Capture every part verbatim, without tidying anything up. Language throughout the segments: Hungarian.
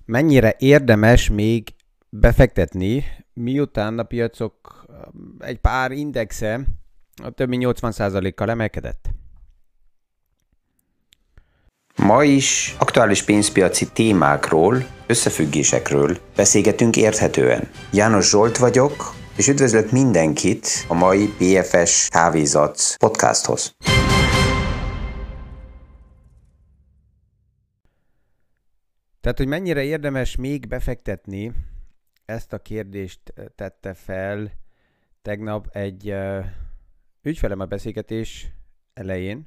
Mennyire érdemes még befektetni, miután a piacok egy pár indexe a több mint nyolcvan százalékkal emelkedett? Ma is aktuális pénzpiaci témákról, összefüggésekről beszélgetünk érthetően. János Zsolt vagyok, és üdvözlök mindenkit a mai bé ef es Kávézac podcasthoz. Tehát, hogy mennyire érdemes még befektetni, ezt a kérdést tette fel tegnap egy uh, ügyfelem a beszélgetés elején,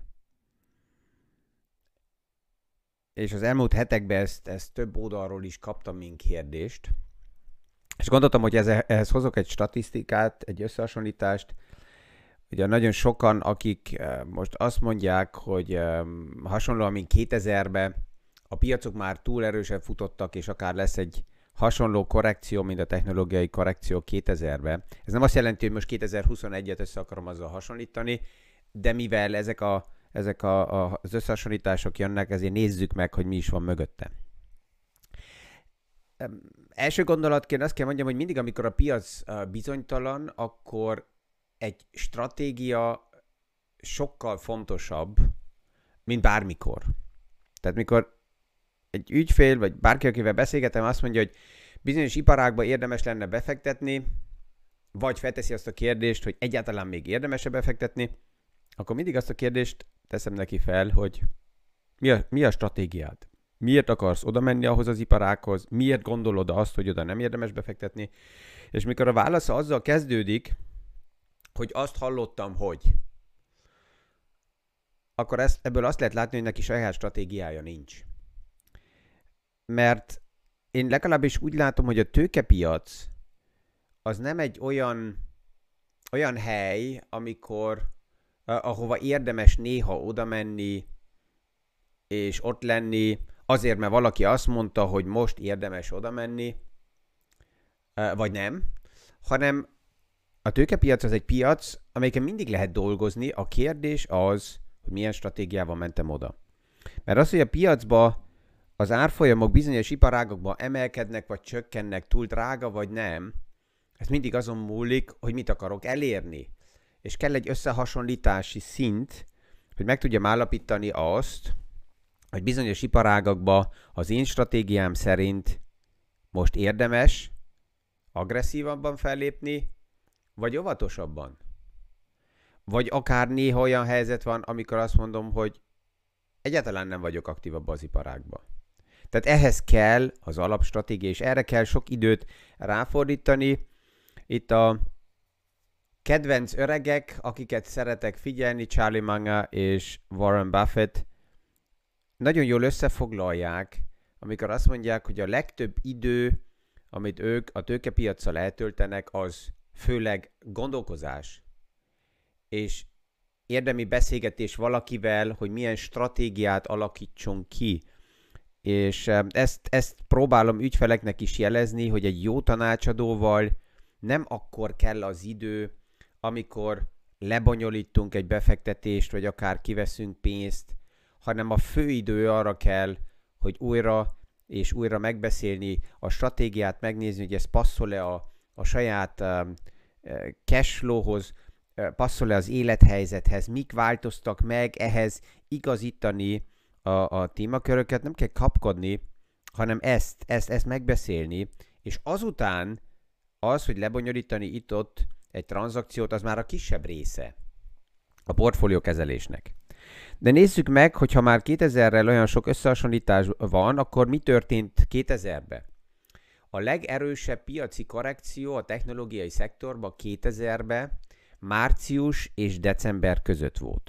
és az elmúlt hetekben ezt, ezt több oldalról is kaptam, mint kérdést. És gondoltam, hogy ez, ehhez hozok egy statisztikát, egy összehasonlítást. Ugye nagyon sokan, akik most azt mondják, hogy hasonlóan, mint kétezerben a piacok már túl erősen futottak, és akár lesz egy hasonló korrekció, mint a technológiai korrekció kétezerben. Ez nem azt jelenti, hogy most kétezer-huszonegyet össze akarom azzal hasonlítani, de mivel ezek, a, ezek a, a, az összehasonlítások jönnek, ezért nézzük meg, hogy mi is van mögötte. Első gondolatként azt kell mondjam, hogy mindig, amikor a piac bizonytalan, akkor egy stratégia sokkal fontosabb, mint bármikor. Tehát mikor egy ügyfél, vagy bárki, akivel beszélgetem, azt mondja, hogy bizonyos iparágba érdemes lenne befektetni, vagy felteszi azt a kérdést, hogy egyáltalán még érdemes-e befektetni, akkor mindig azt a kérdést teszem neki fel, hogy mi a, mi a stratégiád? Miért akarsz oda menni ahhoz az iparághoz? Miért gondolod azt, hogy oda nem érdemes befektetni? És mikor a válasz azzal kezdődik, hogy azt hallottam, hogy, akkor ezt, ebből azt lehet látni, hogy neki saját stratégiája nincs. Mert én legalábbis úgy látom, hogy a tőkepiac az nem egy olyan, olyan hely, amikor, ahova érdemes néha oda menni, és ott lenni, azért, mert valaki azt mondta, hogy most érdemes oda menni, vagy nem, hanem a tőkepiac az egy piac, amelyiken mindig lehet dolgozni, a kérdés az, hogy milyen stratégiával mentem oda. Mert az, hogy a piacba az árfolyamok bizonyos iparágokban emelkednek, vagy csökkennek, túl drága, vagy nem, ez mindig azon múlik, hogy mit akarok elérni. És kell egy összehasonlítási szint, hogy meg tudjam állapítani azt, hogy bizonyos iparágakban az én stratégiám szerint most érdemes agresszívabban fellépni, vagy óvatosabban. Vagy akár néha olyan helyzet van, amikor azt mondom, hogy egyáltalán nem vagyok aktívabb az iparágban. Tehát ehhez kell az alapstratégia, és erre kell sok időt ráfordítani. Itt a kedvenc öregek, akiket szeretek figyelni, Charlie Munger és Warren Buffett, nagyon jól összefoglalják, amikor azt mondják, hogy a legtöbb idő, amit ők a tőkepiaccal eltöltenek, az főleg gondolkozás, és érdemi beszélgetés valakivel, hogy milyen stratégiát alakítson ki. És ezt, ezt próbálom ügyfeleknek is jelezni, hogy egy jó tanácsadóval nem akkor kell az idő, amikor lebonyolítunk egy befektetést, vagy akár kiveszünk pénzt, hanem a fő idő arra kell, hogy újra és újra megbeszélni a stratégiát, megnézni, hogy ez passzol-e a, a saját um, cashflowhoz, passzol-e az élethelyzethez, mik változtak meg, ehhez igazítani a, a témaköröket, nem kell kapkodni, hanem ezt, ezt, ezt megbeszélni, és azután az, hogy lebonyolítani itt-ott egy tranzakciót, az már a kisebb része a portfóliókezelésnek. De nézzük meg, hogyha már kétezerrel olyan sok összehasonlítás van, akkor mi történt kétezerben? A legerősebb piaci korrekció a technológiai szektorban kétezerben március és december között volt.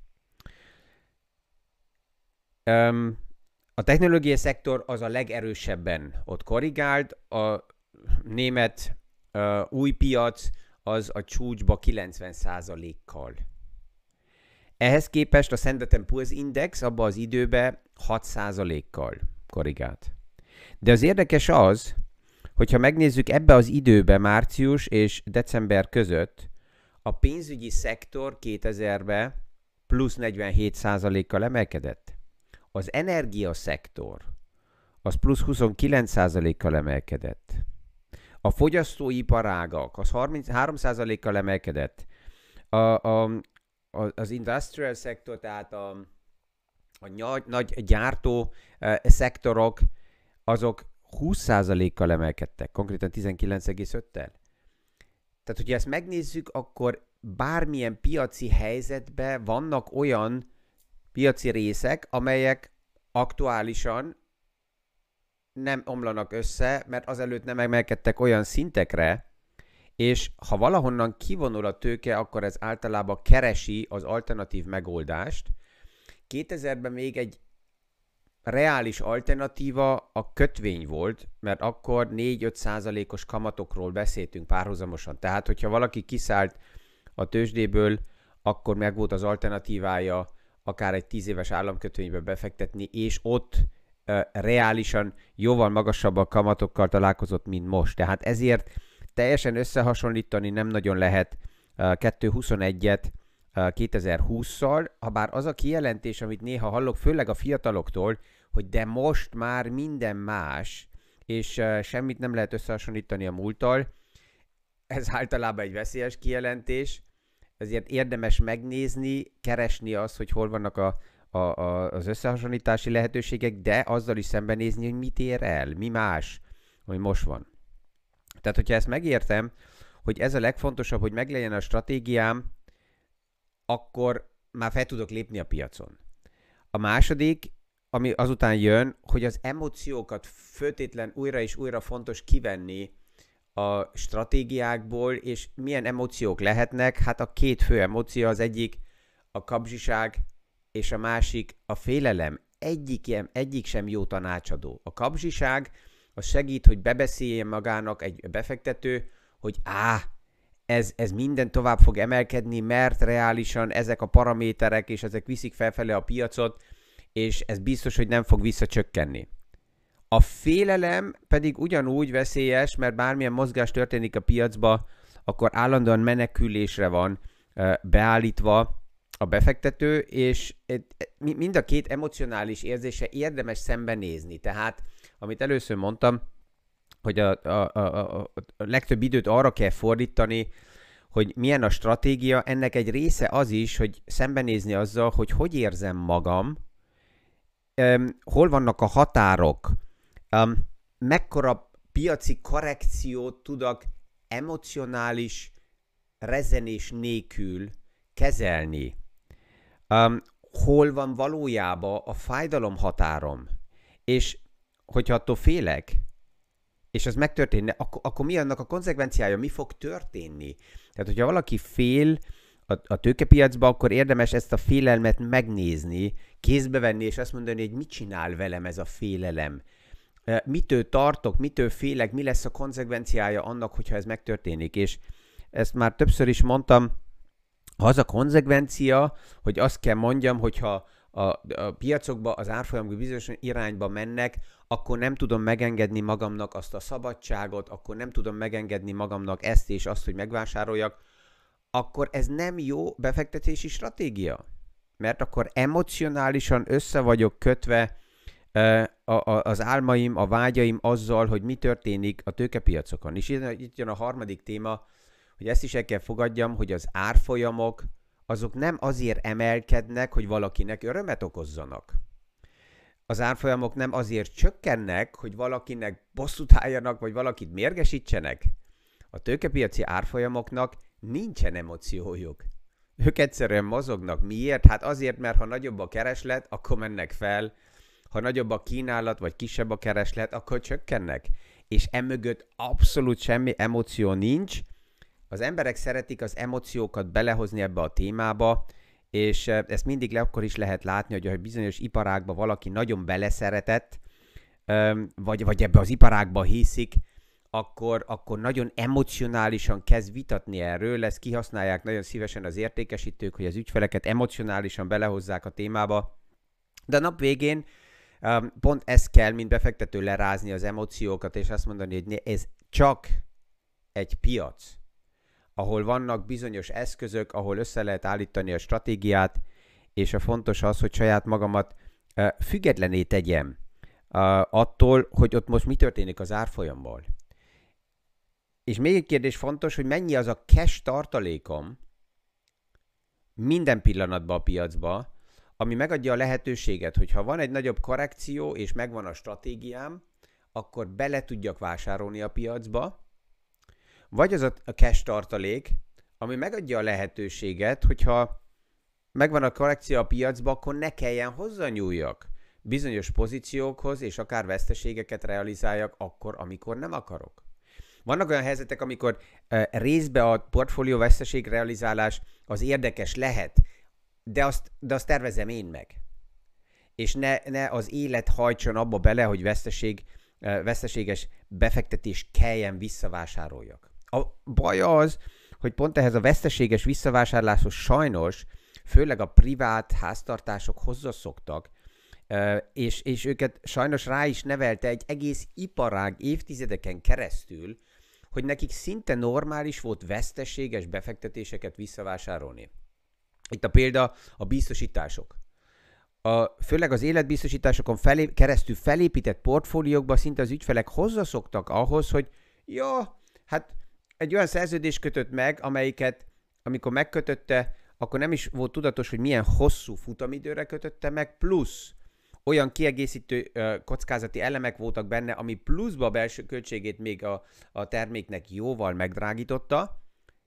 Um, a technológiai szektor az a legerősebben ott korrigált, a német uh, új piac az a csúcsba kilencven százalékkal. Ehhez képest a Standard and Poor's Index abban az időben hat százalékkal korrigált. De az érdekes az, hogyha megnézzük ebbe az időbe március és december között, a pénzügyi szektor kétezerben plusz negyvenhét százalékkal emelkedett. Az energiaszektor az plusz huszonkilenc százalékkal emelkedett. A fogyasztóiparágak, az harminchárom százalékkal emelkedett. A, a, a, az industrial szektor, tehát a, a nagy, nagy gyártó e, szektorok, azok húsz százalékkal emelkedtek, konkrétan tizenkilenc egész öttel. Tehát, hogyha ezt megnézzük, akkor bármilyen piaci helyzetben vannak olyan piaci részek, amelyek aktuálisan nem omlanak össze, mert azelőtt nem emelkedtek olyan szintekre, és ha valahonnan kivonul a tőke, akkor ez általában keresi az alternatív megoldást. kétezerben még egy reális alternatíva a kötvény volt, mert akkor négy-öt százalékos kamatokról beszéltünk párhuzamosan. Tehát, hogyha valaki kiszállt a tőzsdéből, akkor meg volt az alternatívája akár egy tíz éves államkötvénybe befektetni, és ott uh, reálisan jóval magasabb a kamatokkal találkozott, mint most. Tehát ezért teljesen összehasonlítani nem nagyon lehet uh, kettő-huszonegyet uh, kétezer-hússzal, habár az a kijelentés, amit néha hallok, főleg a fiataloktól, hogy de most már minden más, és uh, semmit nem lehet összehasonlítani a múlttal, ez általában egy veszélyes kijelentés, ezért érdemes megnézni, keresni azt, hogy hol vannak a, a, a, az összehasonlítási lehetőségek, de azzal is szembenézni, hogy mit ér el, mi más, ami most van. Tehát, hogyha ezt megértem, hogy ez a legfontosabb, hogy meglegyen a stratégiám, akkor már fel tudok lépni a piacon. A második, ami azután jön, hogy az emóciókat föltétlen újra és újra fontos kivenni a stratégiákból, és milyen emóciók lehetnek? Hát a két fő emóció, az egyik a kapzsiság, és a másik a félelem. Egyik, egyik sem jó tanácsadó. A kapzsiság az segít, hogy bebeszéljen magának egy befektető, hogy á, ez, ez minden tovább fog emelkedni, mert reálisan ezek a paraméterek, és ezek viszik felfele a piacot, és ez biztos, hogy nem fog visszacsökkenni. A félelem pedig ugyanúgy veszélyes, mert bármilyen mozgás történik a piacba, akkor állandóan menekülésre van beállítva a befektető, és mind a két emocionális érzése érdemes szembenézni. Tehát, amit először mondtam, hogy a, a, a, a legtöbb időt arra kell fordítani, hogy milyen a stratégia, ennek egy része az is, hogy szembenézni azzal, hogy hogy érzem magam, hol vannak a határok, Um, mekkora piaci korrekciót tudok emocionális rezenés nélkül kezelni. Um, hol van valójában a fájdalom határom. És hogyha attól félek, és ez megtörténne, akkor, akkor mi annak a konzekvenciája, mi fog történni? Tehát, hogyha valaki fél a, a tőkepiacba, akkor érdemes ezt a félelmet megnézni, kézbe venni, és azt mondani, hogy mit csinál velem ez a félelem. Mitől tartok, mitől félek, mi lesz a konzekvenciája annak, hogyha ez megtörténik. És ezt már többször is mondtam, ha az a konzekvencia, hogy azt kell mondjam, hogyha a, a piacokba az árfolyamok bizonyos irányba mennek, akkor nem tudom megengedni magamnak azt a szabadságot, akkor nem tudom megengedni magamnak ezt és azt, hogy megvásároljak, akkor ez nem jó befektetési stratégia. Mert akkor emocionálisan össze vagyok kötve az álmaim, a vágyaim azzal, hogy mi történik a tőkepiacokon. És itt jön a harmadik téma, hogy ezt is el kell fogadjam, hogy az árfolyamok azok nem azért emelkednek, hogy valakinek örömet okozzanak. Az árfolyamok nem azért csökkennek, hogy valakinek bosszút álljanak, vagy valakit mérgesítsenek. A tőkepiaci árfolyamoknak nincsen emociójuk. Ők egyszerűen mozognak. Miért? Hát azért, mert ha nagyobb a kereslet, akkor mennek fel. Ha nagyobb a kínálat, vagy kisebb a kereslet, akkor csökkennek. És emögött abszolút semmi emóció nincs. Az emberek szeretik az emóciókat belehozni ebbe a témába, és ezt mindig le akkor is lehet látni, hogy a bizonyos iparágba valaki nagyon beleszeretett, vagy, vagy ebbe az iparágba hiszik, akkor, akkor nagyon emocionálisan kezd vitatni erről, ezt kihasználják nagyon szívesen az értékesítők, hogy az ügyfeleket emocionálisan belehozzák a témába. De a nap végén um, pont ez kell, mint befektető lerázni az emóciókat, és azt mondani, hogy ez csak egy piac, ahol vannak bizonyos eszközök, ahol össze lehet állítani a stratégiát, és a fontos az, hogy saját magamat uh, függetlené tegyem uh, attól, hogy ott most mi történik az árfolyammal. És még egy kérdés fontos, hogy mennyi az a cash tartalékom minden pillanatban a piacba, ami megadja a lehetőséget, hogy ha van egy nagyobb korrekció, és megvan a stratégiám, akkor bele tudjak vásárolni a piacba, vagy az a cash tartalék, ami megadja a lehetőséget, hogyha megvan a korrekció a piacba, akkor ne kelljen hozzányúljak bizonyos pozíciókhoz, és akár veszteségeket realizáljak akkor, amikor nem akarok. Vannak olyan helyzetek, amikor uh, részbe a portfólió veszteség realizálás az érdekes lehet, de azt, de azt tervezem én meg. És ne, ne az élet hajtson abba bele, hogy veszteség, uh, veszteséges befektetés kelljen visszavásároljak. A baj az, hogy pont ehhez a veszteséges visszavásárláshoz sajnos, főleg a privát háztartások hozzászoktak, uh, és, és őket sajnos rá is nevelte egy egész iparág évtizedeken keresztül, hogy nekik szinte normális volt veszteséges befektetéseket visszavásárolni. Itt a példa a biztosítások. A, főleg az életbiztosításokon felé, keresztül felépített portfóliókban szinte az ügyfelek hozzászoktak ahhoz, hogy ja, hát egy olyan szerződést kötött meg, amelyiket amikor megkötötte, akkor nem is volt tudatos, hogy milyen hosszú futamidőre kötötte meg, plusz olyan kiegészítő uh, kockázati elemek voltak benne, ami pluszba a belső költségét még a, a terméknek jóval megdrágította,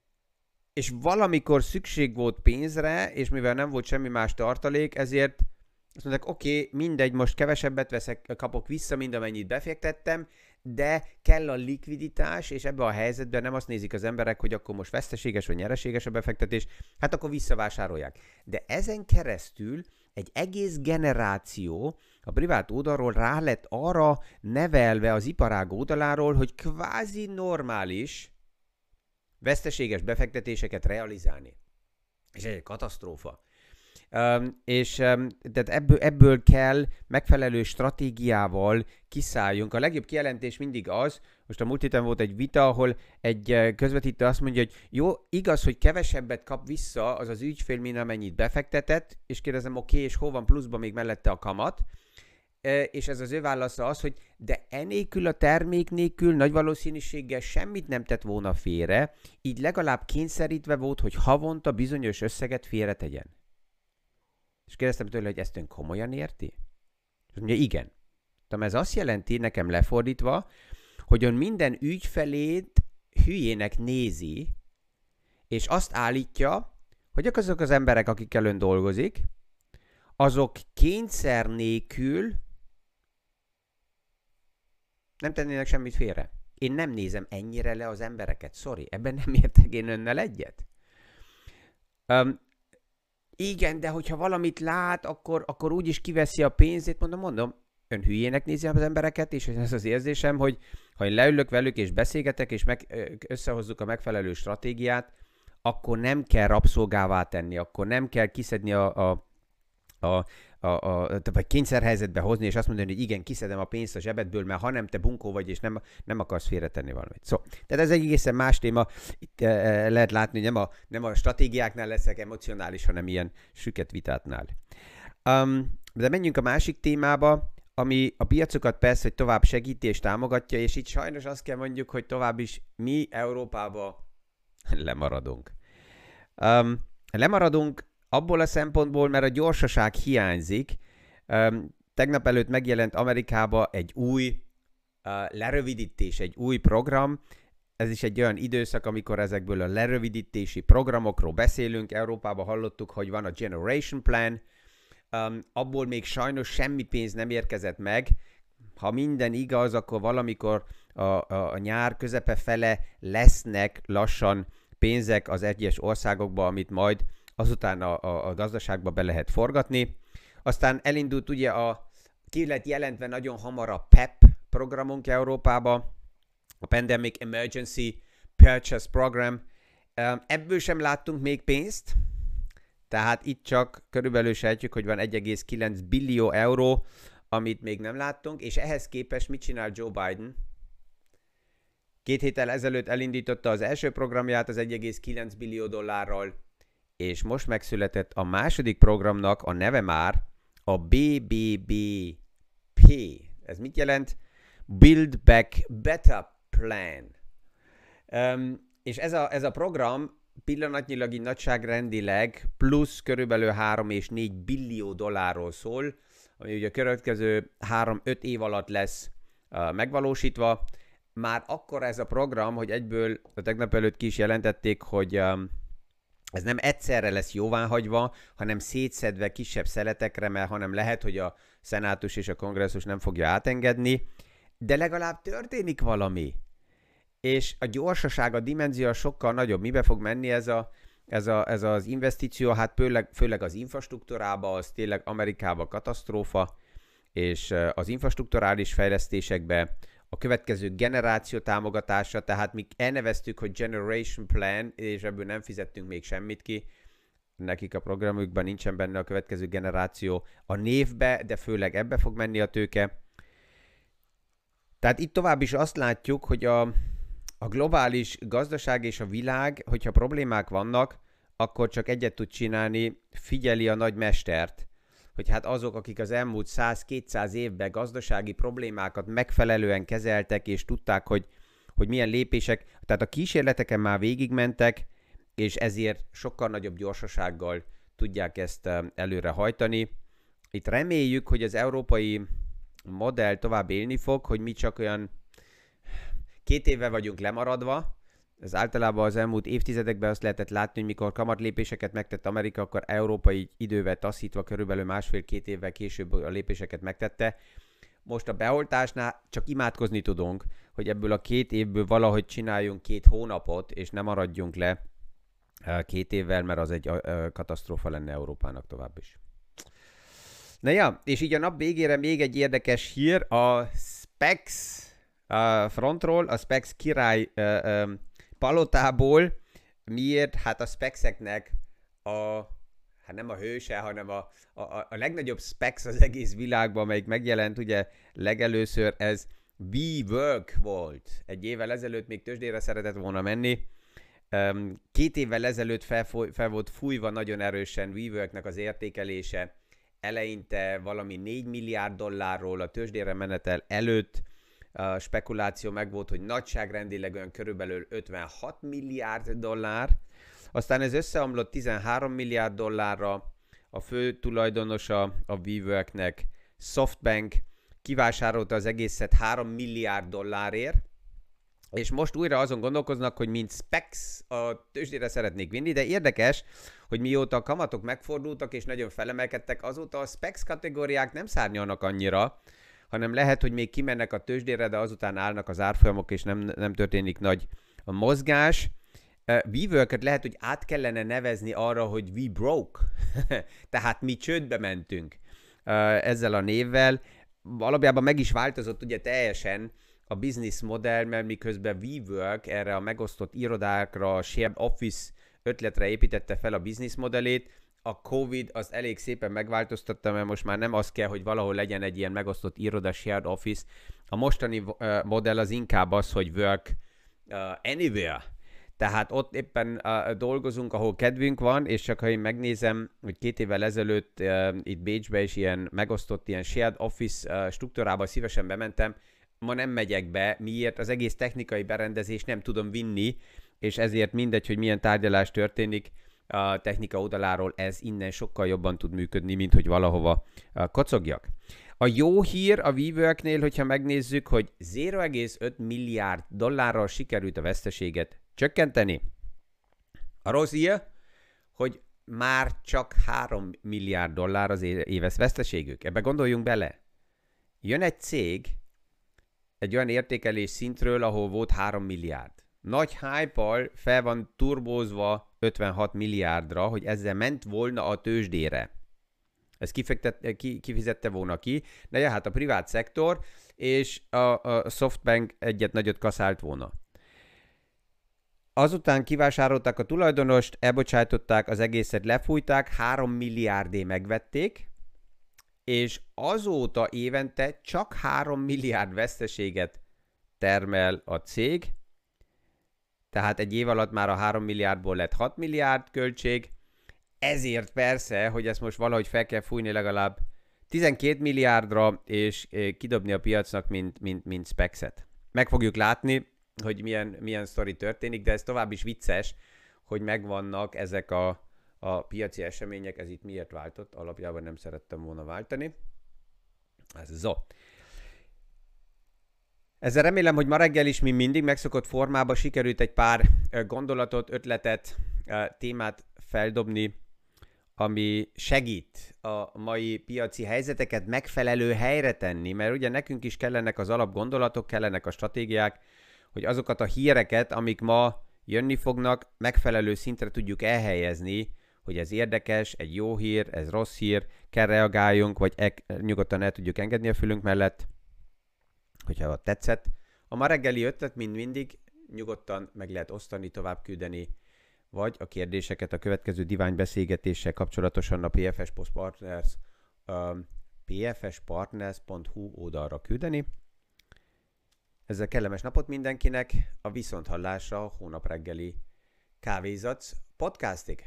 és valamikor szükség volt pénzre, és mivel nem volt semmi más tartalék, ezért azt mondták, oké, okay, mindegy, most kevesebbet veszek, kapok vissza, mind amennyit befektettem, de kell a likviditás, és ebben a helyzetben nem azt nézik az emberek, hogy akkor most veszteséges vagy nyereséges a befektetés, hát akkor visszavásárolják. De ezen keresztül egy egész generáció a privát oldalról rá lett arra nevelve az iparág oldaláról, hogy kvázi normális veszteséges befektetéseket realizálni. És ez egy katasztrófa. Um, és um, tehát ebből, ebből kell megfelelő stratégiával kiszálljunk. A legjobb kijelentés mindig az, most a múlt héten volt egy vita, ahol egy közvetítő azt mondja, hogy jó, igaz, hogy kevesebbet kap vissza az az ügyfél, mint amennyit befektetett, és kérdezem, oké, okay, és hol van pluszban még mellette a kamat? E, és ez az ő válasza az, hogy de enélkül a termék nélkül nagy valószínűséggel semmit nem tett volna félre, így legalább kényszerítve volt, hogy havonta bizonyos összeget félretegyen. És kérdeztem tőle, hogy ezt ön komolyan érti? És mondja, igen. Tehát ez azt jelenti, nekem lefordítva, hogy ön minden ügyfelét hülyének nézi, és azt állítja, hogy azok az emberek, akikkel ön dolgozik, azok kényszer nélkül nem tennének semmit félre. Én nem nézem ennyire le az embereket, sorry, ebben nem értek én önnel egyet. Um, Igen, de hogyha valamit lát, akkor, akkor úgyis kiveszi a pénzét, mondom, mondom, ön hülyének nézi az embereket, és ez az érzésem, hogy ha én leülök velük, és beszélgetek, és meg, összehozzuk a megfelelő stratégiát, akkor nem kell rabszolgává tenni, akkor nem kell kiszedni a, a, a, a, a vagy kényszerhelyzetbe hozni, és azt mondani, hogy igen, kiszedem a pénzt a zsebedből, mert ha nem, te bunkó vagy, és nem, nem akarsz félretenni valamit. Szóval, tehát ez egy egészen más téma. Itt e, lehet látni, hogy nem a, nem a stratégiáknál leszek emocionális, hanem ilyen süket vitátnál. Um, de menjünk a másik témába, ami a piacokat persze, hogy tovább segíti és támogatja, és itt sajnos azt kell mondjuk, hogy tovább is mi Európába lemaradunk. Um, lemaradunk abból a szempontból, mert a gyorsaság hiányzik. Um, tegnap előtt megjelent Amerikába egy új uh, lerövidítés, egy új program. Ez is egy olyan időszak, amikor ezekből a lerövidítési programokról beszélünk. Európában hallottuk, hogy van a Generation Plan. Um, abból még sajnos semmi pénz nem érkezett meg. Ha minden igaz, akkor valamikor a, a, a nyár közepe fele lesznek lassan pénzek az egyes országokba, amit majd azután a, a, a gazdaságba be lehet forgatni. Aztán elindult ugye a, ki lett jelentve nagyon hamar a P E P programunk Európába, a Pandemic Emergency Purchase Program. Ebből sem láttunk még pénzt, tehát itt csak körülbelül sejtjük, hogy van egy egész kilenc billió euró, amit még nem láttunk, és ehhez képest mit csinál Joe Biden? Két héttel ezelőtt elindította az első programját az egy egész kilenc billió dollárral, és most megszületett a második programnak a neve már a B B B P, Ez mit jelent? Build Back Better Plan. Um, és ez a, ez a program pillanatnyilag így nagyságrendileg plusz körülbelül három és négy billió dollárról szól, ami ugye a következő három-öt év alatt lesz uh, megvalósítva. Már akkor ez a program, hogy egyből a tegnap előtt ki is jelentették, hogy um, ez nem egyszerre lesz jóváhagyva, hanem szétszedve kisebb szeletekre, mert hanem lehet, hogy a szenátus és a kongresszus nem fogja átengedni, de legalább történik valami. És a gyorsaság, a dimenzió sokkal nagyobb. Mibe fog menni ez, a, ez, a, ez az investíció? Hát főleg, főleg az infrastruktúrába, az tényleg Amerikában katasztrófa, és az infrastrukturális fejlesztésekbe, a következő generáció támogatása, tehát mi elneveztük, hogy Generation Plan, és ebből nem fizettünk még semmit ki, nekik a programjukban nincsen benne a következő generáció a névbe, de főleg ebbe fog menni a tőke. Tehát itt tovább is azt látjuk, hogy a, a globális gazdaság és a világ, hogyha problémák vannak, akkor csak egyet tud csinálni, figyeli a nagy mestert, hogy hát azok, akik az elmúlt száz-kétszáz évben gazdasági problémákat megfelelően kezeltek, és tudták, hogy, hogy milyen lépések, tehát a kísérleteken már végigmentek, és ezért sokkal nagyobb gyorsasággal tudják ezt előre hajtani. Itt reméljük, hogy az európai modell tovább élni fog, hogy mi csak olyan két éve vagyunk lemaradva. Ez általában az elmúlt évtizedekben azt lehetett látni, hogy mikor kamatlépéseket megtett Amerika, akkor európai idővel taszítva körülbelül másfél-két évvel később a lépéseket megtette. Most a beoltásnál csak imádkozni tudunk, hogy ebből a két évből valahogy csináljunk két hónapot, és ne maradjunk le két évvel, mert az egy katasztrófa lenne Európának tovább is. Na ja, és így a nap végére még egy érdekes hír a SpaceX frontról, a SpaceX király palotából. Miért? Hát a SpaceX-eknek a, hát nem a hőse, hanem a, a, a legnagyobb SpaceX az egész világban, amelyik megjelent ugye legelőször, ez WeWork volt. Egy évvel ezelőtt még tőzsdére szeretett volna menni. Két évvel ezelőtt fel, fel volt fújva nagyon erősen WeWorknek az értékelése. Eleinte valami négy milliárd dollárról a tőzsdére menetel előtt a spekuláció megvolt, hogy nagyságrendileg olyan körülbelül ötvenhat milliárd dollár. Aztán ez összeomlott tizenhárom milliárd dollárra. A fő tulajdonosa a WeWorknek, SoftBank, kivásárolta az egészet három milliárd dollárért, és most újra azon gondolkoznak, hogy mint SpaceX a tőzsdére szeretnék vinni, de érdekes, hogy mióta a kamatok megfordultak és nagyon felemelkedtek, azóta a SpaceX kategóriák nem szárnyalnak annyira, hanem lehet, hogy még kimennek a tőzsdére, de azután állnak az árfolyamok, és nem, nem történik nagy a mozgás. Uh, WeWork-et lehet, hogy át kellene nevezni arra, hogy we broke, tehát mi csődbe mentünk uh, ezzel a névvel. Alapjában meg is változott ugye teljesen a business modell, mert miközben WeWork erre a megosztott irodákra, a shared office ötletre építette fel a business modellét, a Covid az elég szépen megváltoztatta, mert most már nem az kell, hogy valahol legyen egy ilyen megosztott iroda, shared office. A mostani uh, modell az inkább az, hogy work uh, anywhere. Tehát ott éppen uh, dolgozunk, ahol kedvünk van, és csak ha én megnézem, hogy két évvel ezelőtt uh, itt Bécsbe is ilyen megosztott, ilyen shared office uh, struktúrába szívesen bementem, ma nem megyek be, miért? Az egész technikai berendezést nem tudom vinni, és ezért mindegy, hogy milyen tárgyalás történik, a technika oldaláról ez innen sokkal jobban tud működni, mint hogy valahova kocogjak. A jó hír a WeWorknél, hogyha megnézzük, hogy zéro egész öt milliárd dollárral sikerült a veszteséget csökkenteni. A rossz hír, hogy már csak három milliárd dollár az éves veszteségük. Ebbe gondoljunk bele. Jön egy cég egy olyan értékelés szintről, ahol volt három milliárd. Nagy hype-al fel van turbózva ötvenhat milliárdra, hogy ezzel ment volna a tőzsdére. Ezt kifektet, ki, kifizette volna ki, de ja, hát a privát szektor, és a, a SoftBank egyet nagyot kaszált volna. Azután kivásárolták a tulajdonost, elbocsájtották, az egészet lefújták, három milliárdé megvették, és azóta évente csak három milliárd veszteséget termel a cég, tehát egy év alatt már a három milliárdból lett hat milliárd költség, ezért persze, hogy ezt most valahogy fel kell fújni legalább tizenkét milliárdra, és kidobni a piacnak, mint, mint, mint Spexet. Meg fogjuk látni, hogy milyen, milyen sztori történik, de ez tovább is vicces, hogy megvannak ezek a, a piaci események, ez itt miért váltott, alapjában nem szerettem volna váltani. Ez zo. Ezzel remélem, hogy ma reggel is, mint mindig megszokott formában sikerült egy pár gondolatot, ötletet, témát feldobni, ami segít a mai piaci helyzeteket megfelelő helyre tenni, mert ugye nekünk is kellenek az alapgondolatok, kellenek a stratégiák, hogy azokat a híreket, amik ma jönni fognak, megfelelő szintre tudjuk elhelyezni, hogy ez érdekes, egy jó hír, ez rossz hír, kell reagáljunk, vagy e- nyugodtan el tudjuk engedni a fülünk mellett, hogyha tetszett. A ma reggeli ötlet, mint mindig, nyugodtan meg lehet osztani, tovább küldeni, vagy a kérdéseket a következő diványbeszélgetéssel kapcsolatosan a pé ef es Partners, um, pé ef es partners pont hu oldalra küldeni. Ezzel kellemes napot mindenkinek, a viszonthallásra a hónap reggeli kávézac podcastig.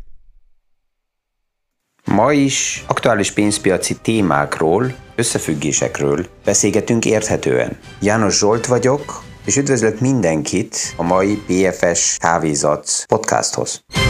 Ma is aktuális pénzpiaci témákról, összefüggésekről beszélgetünk érthetően. János Zsolt vagyok, és üdvözlök mindenkit a mai pé ef es Kávézac podcasthoz.